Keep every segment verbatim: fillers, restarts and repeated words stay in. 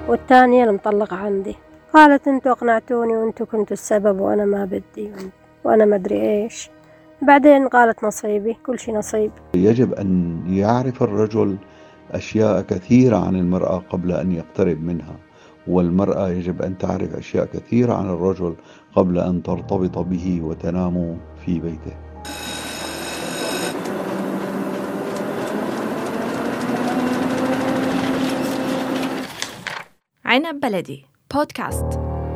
والثانية المطلقة عندي. قالت انتوا اقنعتوني وانتوا كنتوا السبب وانا ما بدي وانا ما ادري ايش. بعدين قالت نصيبي، كل شيء نصيب. يجب أن يعرف الرجل أشياء كثيرة عن المرأة قبل أن يقترب منها، والمرأة يجب أن تعرف أشياء كثيرة عن الرجل قبل أن ترتبط به وتنام في بيته. عنب بلدي بودكاست.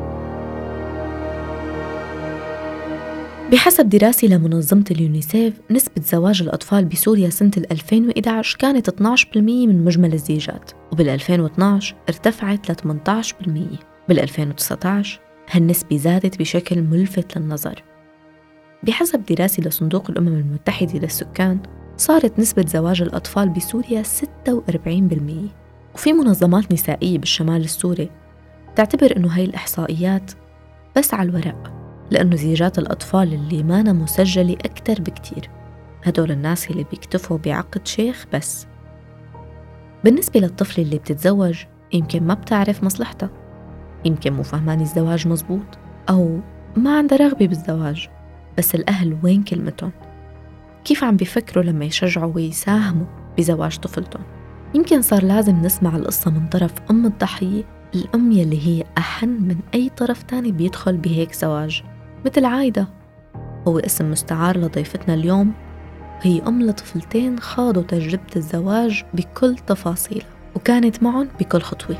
بحسب دراسة لمنظمة اليونيسيف، نسبة زواج الأطفال بسوريا سنة ألفين وإحدى عشر كانت اثنا عشر بالمئة من مجمل الزيجات، وبال2012 ارتفعت ل ثمانية عشر بالمئة. بال2019 هالنسبة زادت بشكل ملفت للنظر. بحسب دراسة لصندوق الأمم المتحدة للسكان، صارت نسبة زواج الأطفال بسوريا ستة وأربعين بالمئة. وفي منظمات نسائية بالشمال السوري تعتبر إنه هاي الإحصائيات بس على الورق، لأنه زيجات الأطفال اللي مانا مسجلة أكتر بكتير. هدول الناس اللي بيكتفوا بعقد شيخ بس. بالنسبة للطفل اللي بتتزوج، يمكن ما بتعرف مصلحتها، يمكن مو فهمان الزواج مزبوط، أو ما عندها رغبة بالزواج. بس الأهل وين كلمتهم؟ كيف عم بيفكروا لما يشجعوا ويساهموا بزواج طفلتهم؟ يمكن صار لازم نسمع القصة من طرف أم الضحية، الأم يلي هي أحن من أي طرف تاني بيدخل بهيك زواج، مثل عايدة، هو اسم مستعار لضيفتنا اليوم. هي أم لطفلتين خاضوا تجربة الزواج بكل تفاصيلها وكانت معهم بكل خطوة.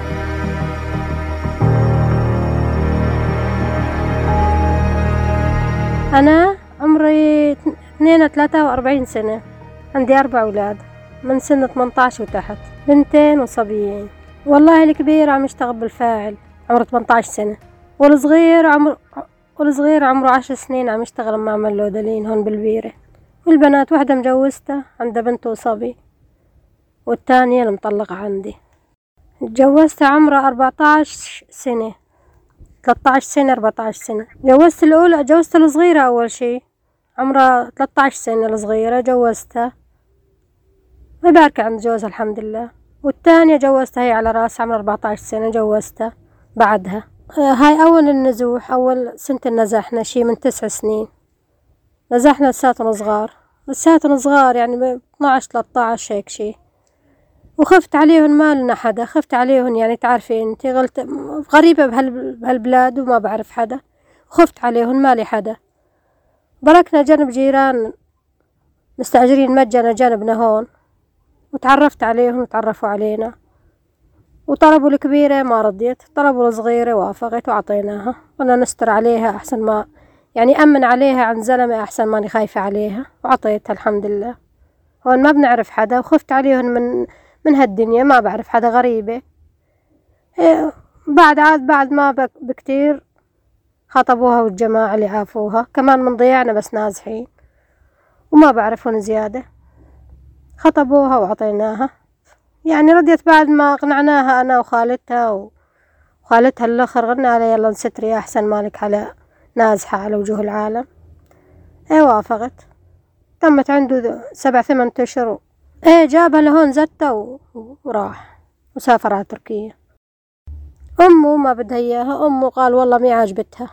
أنا عمري اثنين وثلاثين وأربعين سنة، عندي أربع أولاد من سنة ثمانية عشر وتحت، بنتين وصبيين. والله الكبير عم يشتغل بالفاعل عمره ثمانية عشر سنة، والصغير عمر والصغير عمره عشر سنين عم يشتغل مع ملودلين هون بالبيرة. والبنات واحدة مجوزتها عندها بنت وصبي، والتانية المطلقة عندي. تجوزتها عمرها أربعة عشر سنة، ثلاثة عشر سنة، أربعة عشر سنة. جوزت الأولى، جوزت الصغيرة أول شي عمرها ثلاثة عشر سنة، الصغيرة جوزتها مباركة عند جوزها الحمد لله. والتانية جوزتها هي على رأس عمرها أربعة عشر سنة، جوزتها بعدها. هاي أول النزوح، أول سنة نزحنا شي من تسع سنين، نزحنا لساتنا صغار، لساتنا صغار يعني اثنا عشر ثلاثة عشر هيك شي. وخفت عليهن، ما لنا حدا، خفت عليهن يعني تعرفي انت، غلط غريبة بهالبلاد وما بعرف حدا، وخفت عليهن ما لي حدا. بركنا جنب جيران مستأجرين مجانا جنبنا هون، وتعرفت عليهم وتعرفوا علينا. وطلبوا الكبيرة ما رضيت، طلبوا الصغيرة وافقت وعطيناها. قلنا نستر عليها أحسن، ما يعني أمن عليها عن زلمة أحسن ماني خايفة عليها، وعطيتها الحمد لله. هون ما بنعرف حدا، وخفت عليهم من من هالدنيا، ما بعرف حدا، غريبة. إيه بعد عاد بعد ما بك بكتير خطبوها، والجماعة اللي عافوها كمان من ضيعنا بس نازحين وما بعرفون زيادة، خطبوها وعطيناها. يعني رضيت بعد ما قنعناها أنا وخالتها وخالتها الأخر، قلنا على يلا نستري أحسن مالك على نازحة على وجوه العالم. ايه وافقت، تمت عنده سبع ثمان أشهر. ايه جابها لهون زتة وراح وسافر على تركيا. أمه ما بدها إياها، أمه قال والله ما عجبتها،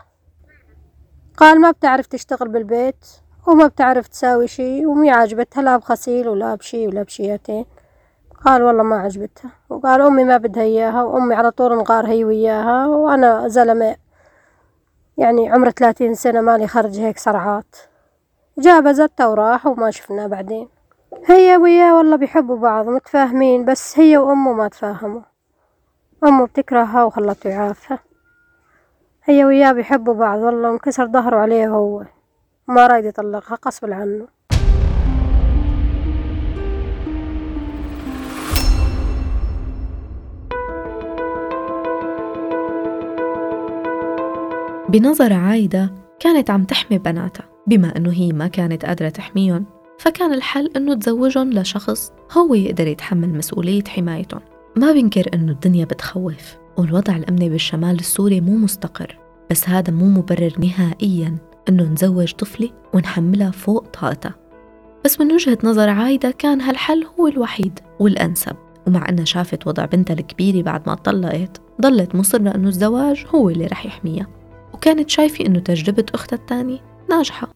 قال ما بتعرف تشتغل بالبيت وما بتعرف تساوي شي، ومي عجبتها لا بغسيل ولا بشي ولا بشياتين. قال والله ما عجبتها، وقال أمي ما بدها إياها، وأمي على طول نغار هي وياها، وأنا زلمة يعني عمر ثلاثين سنة مالي خرج هيك صرعات. جاب زتة وراح وما شفنا بعدين. هي وياه والله بيحبوا بعض متفاهمين، بس هي وأمه ما تفاهموا، أمه بتكرهها وخلته يعافها. هي وياه بيحبوا بعض، والله انكسر ظهره عليه هو، ما رايد يطلقها غصب عنه. بنظر عايدة كانت عم تحمي بناتها، بما أنه هي ما كانت قادرة تحميهم، فكان الحل أنه تزوجهم لشخص هو يقدر يتحمل مسؤولية حمايتهم. ما بنكر أنه الدنيا بتخوف والوضع الأمني بالشمال السوري مو مستقر، بس هذا مو مبرر نهائياً أنه نزوج طفلة ونحملها فوق طاقتها. بس من وجهة نظر عايدة كان هالحل هو الوحيد والأنسب، ومع أنها شافت وضع بنتها الكبيرة بعد ما طلقت، ضلت مصرة أنه الزواج هو اللي رح يحميها، وكانت شايفة أنه تجربة أختها الثانية ناجحة.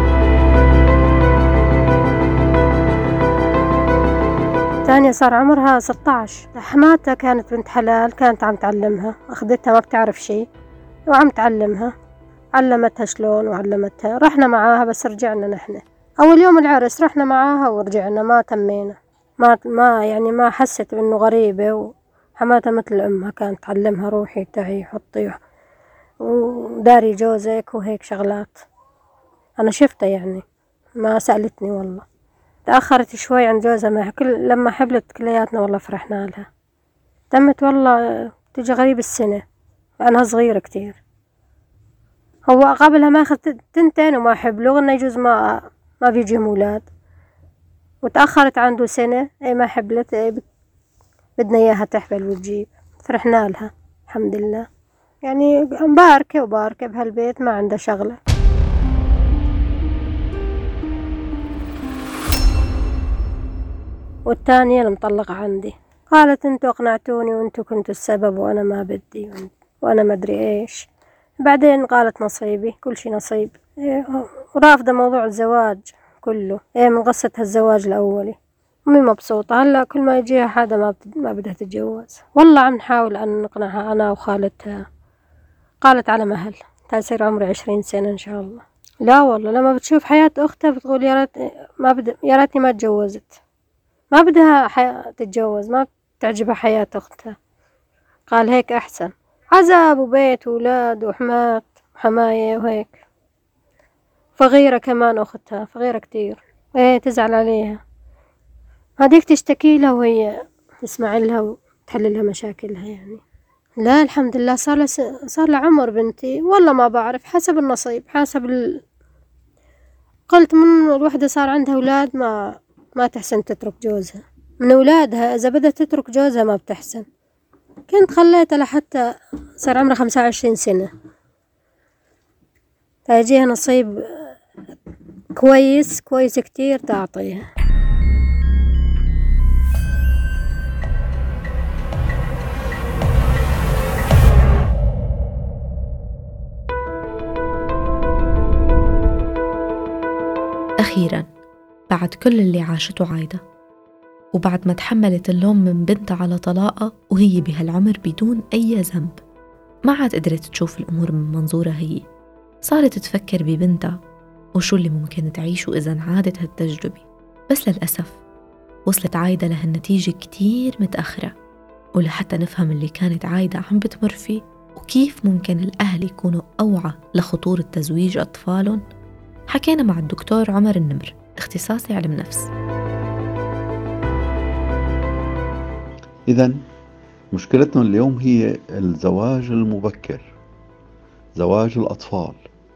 تانية صار عمرها ستة عشر. حماتها كانت بنت حلال، كانت عم تعلمها، أخذتها ما بتعرف شي وعم تعلمها، علمتها شلون وعلمتها. رحنا معاها بس رجعنا نحن أول يوم العرس، رحنا معاها ورجعنا، ما تمينا، ما ما يعني ما حست بأنه غريبة. وحماتها مثل أمها كانت تعلمها روحي تعي حطي وداري جوزك وهيك شغلات. أنا شفتها يعني، ما سألتني والله. تأخرت شوي عن جوزها، ما كل لما حبلت كلياتنا والله فرحنا لها. تمت والله تجي غريب السنة، أنا صغيرة كتير. هو قبلها ما أخذت تنتين وما حبلوا، قلنا يجوز ما ما بيجيهم أولاد، وتأخرت عنده سنة. أي ما حبلت، أي بدنا إياها تحبل وتجيب، فرحنا لها الحمد لله. يعني مباركة وباركة بهالبيت، ما عنده شغلة. والتانية المطلقة عندي قالت انتوا اقنعتوني وانتوا كنتوا السبب وانا ما بدي وانا ما ادري ايش. بعدين قالت نصيبي، كل شي نصيب. إيه، ورافضة موضوع الزواج كله. ايه من قصة هالزواج الاولي، امي مبسوطة. هلا كل ما يجيها حدا ما بت... ما بدها تتجوز. والله عم نحاول ان نقنعها انا وخالتها. قالت على مهل تصير عمري عشرين سنة ان شاء الله. لا والله لما بتشوف حياة اختها بتقول يا ريت ما بد... يا ريتني ما تجوزت، ما بدها حي... تتجوز، ما تعجبها حياة أختها. قال هيك أحسن، عذاب وبيت وولاد وحمات وحماية وهيك. فغيرة كمان أختها، فغيرة كتير. ايه تزعل عليها، هذيك تشتكي لها وهي تسمع لها وتحل لها مشاكلها يعني. لا الحمد لله صار لها س... صار لها عمر بنتي. والله ما بعرف، حسب النصيب حسب ال... قلت من الوحدة صار عندها أولاد ما ما تحسن تترك جوزها من أولادها. إذا بدها تترك جوزها ما بتحسن. كنت خليتها لحتى صار عمرها خمسة وعشرين سنة، فيجيها نصيب كويس كويس كتير تعطيها. أخيراً بعد كل اللي عاشته عايدة، وبعد ما تحملت اللوم من بنتها على طلاقها وهي بهالعمر بدون أي ذنب، ما عاد قدرت تشوف الأمور من منظورها هي. صارت تفكر ببنتها وشو اللي ممكن تعيشه إذا عادت هالتجربة. بس للأسف وصلت عايدة لهالنتيجة كتير متأخرة. ولحتى نفهم اللي كانت عايدة عم بتمر فيه وكيف ممكن الأهل يكونوا أوعى لخطورة تزويج أطفالهم، حكينا مع الدكتور عمر النمر، اختصاصي علم نفس. إذن مشكلتنا اليوم هي الزواج المبكر، زواج الأطفال.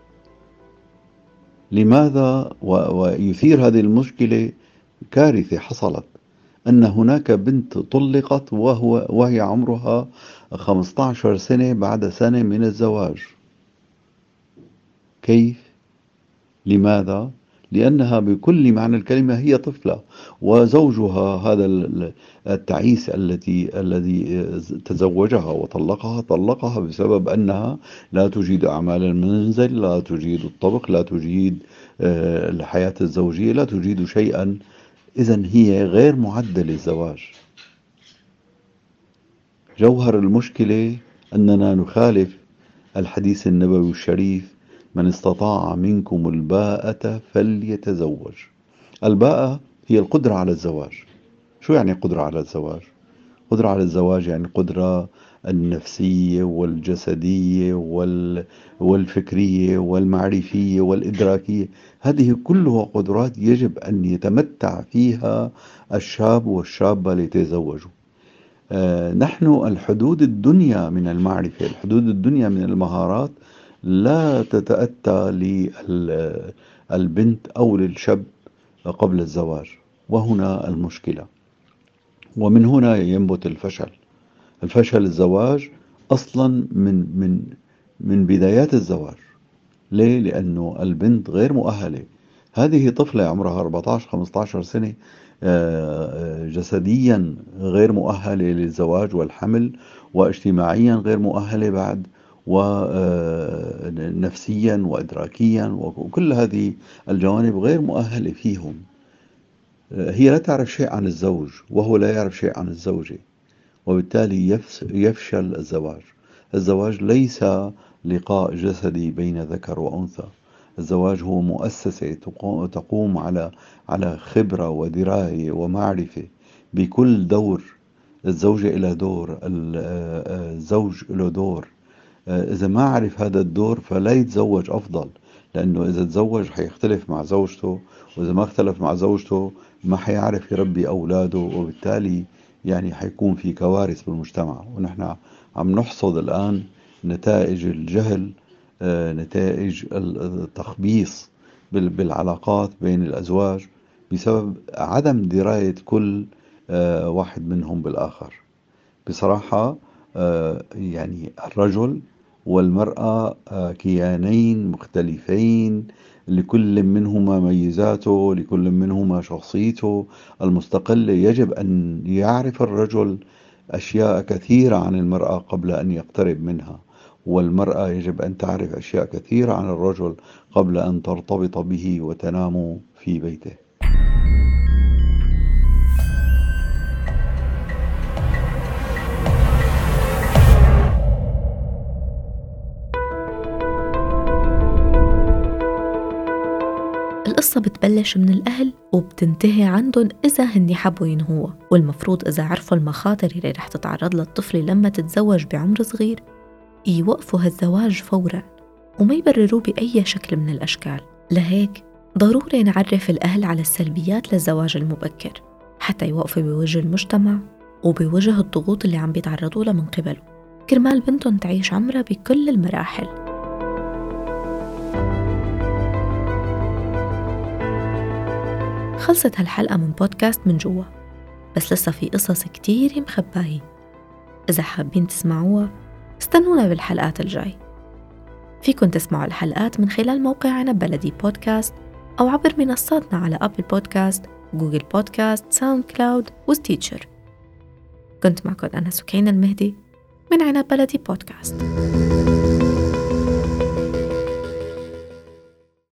لماذا؟ ويثير هذه المشكلة كارثة حصلت، أن هناك بنت طلقت وهو وهي عمرها خمسة عشر سنة بعد سنة من الزواج. كيف؟ لماذا؟ لأنها بكل معنى الكلمة هي طفلة، وزوجها هذا التعيس التي الذي تزوجها وطلقها طلقها بسبب أنها لا تجيد أعمال المنزل، لا تجيد الطبخ، لا تجيد الحياة الزوجية، لا تجيد شيئا. إذن هي غير معدة للزواج. جوهر المشكلة أننا نخالف الحديث النبوي الشريف: من استطاع منكم الباءة فليتزوج. الباءة هي القدرة على الزواج. شو يعني قدرة على الزواج؟ قدرة على الزواج يعني قدرة النفسية والجسدية والفكرية والمعرفية والإدراكية. هذه كلها قدرات يجب أن يتمتع فيها الشاب والشابة ليتزوجوا. آه نحن الحدود الدنيا من المعرفة، الحدود الدنيا من المهارات لا تتأتى للبنت أو للشاب قبل الزواج، وهنا المشكلة. ومن هنا ينبت الفشل. الفشل الزواج أصلا من من من بدايات الزواج. ليه؟ لأنه البنت غير مؤهلة. هذه طفلة عمرها أربعة عشر خمسة عشر سنة، جسديا غير مؤهلة للزواج والحمل، واجتماعيا غير مؤهلة بعد، ونفسيا وإدراكيا، وكل هذه الجوانب غير مؤهلة فيهم. هي لا تعرف شيء عن الزوج وهو لا يعرف شيء عن الزوجة، وبالتالي يفشل الزواج. الزواج ليس لقاء جسدي بين ذكر وأنثى. الزواج هو مؤسسة تقوم على على خبرة ودراية ومعرفة بكل دور. الزوجة إلى دور، الزوج له دور. إذا ما عرف هذا الدور فلا يتزوج أفضل، لأنه إذا تزوج حيختلف مع زوجته، وإذا ما اختلف مع زوجته ما حيعرف يربي أولاده، وبالتالي يعني حيكون في كوارث بالمجتمع. ونحن عم نحصد الآن نتائج الجهل، نتائج التخبيص بالعلاقات بين الأزواج بسبب عدم دراية كل واحد منهم بالآخر. بصراحة يعني الرجل والمرأة كيانين مختلفين، لكل منهما ميزاته، لكل منهما شخصيته المستقلة. يجب أن يعرف الرجل أشياء كثيرة عن المرأة قبل أن يقترب منها، والمرأة يجب أن تعرف أشياء كثيرة عن الرجل قبل أن ترتبط به وتنام في بيته. القصة بتبلش من الأهل وبتنتهي عندهم إذا هني حبوا ينهوها. والمفروض إذا عرفوا المخاطر اللي رح تتعرض للطفل لما تتزوج بعمر صغير يوقفوا هالزواج فوراً وما يبرروه بأي شكل من الأشكال. لهيك ضروري نعرف الأهل على السلبيات للزواج المبكر حتى يوقفوا بوجه المجتمع وبوجه الضغوط اللي عم بيتعرضوا لها من قبله، كرمال بنتهم تعيش عمرها بكل المراحل. خلصت هالحلقة من بودكاست من جوا، بس لسه في قصص كتير مخباهي. إذا حابين تسمعوها استنونا بالحلقات الجاي. فيكن تسمعوا الحلقات من خلال موقع عنب بلدي بودكاست أو عبر منصاتنا على أبل بودكاست، جوجل بودكاست، ساوند كلاود وستيتشر. كنت معكم أنا سكينة المهدي من عنب بلدي بودكاست.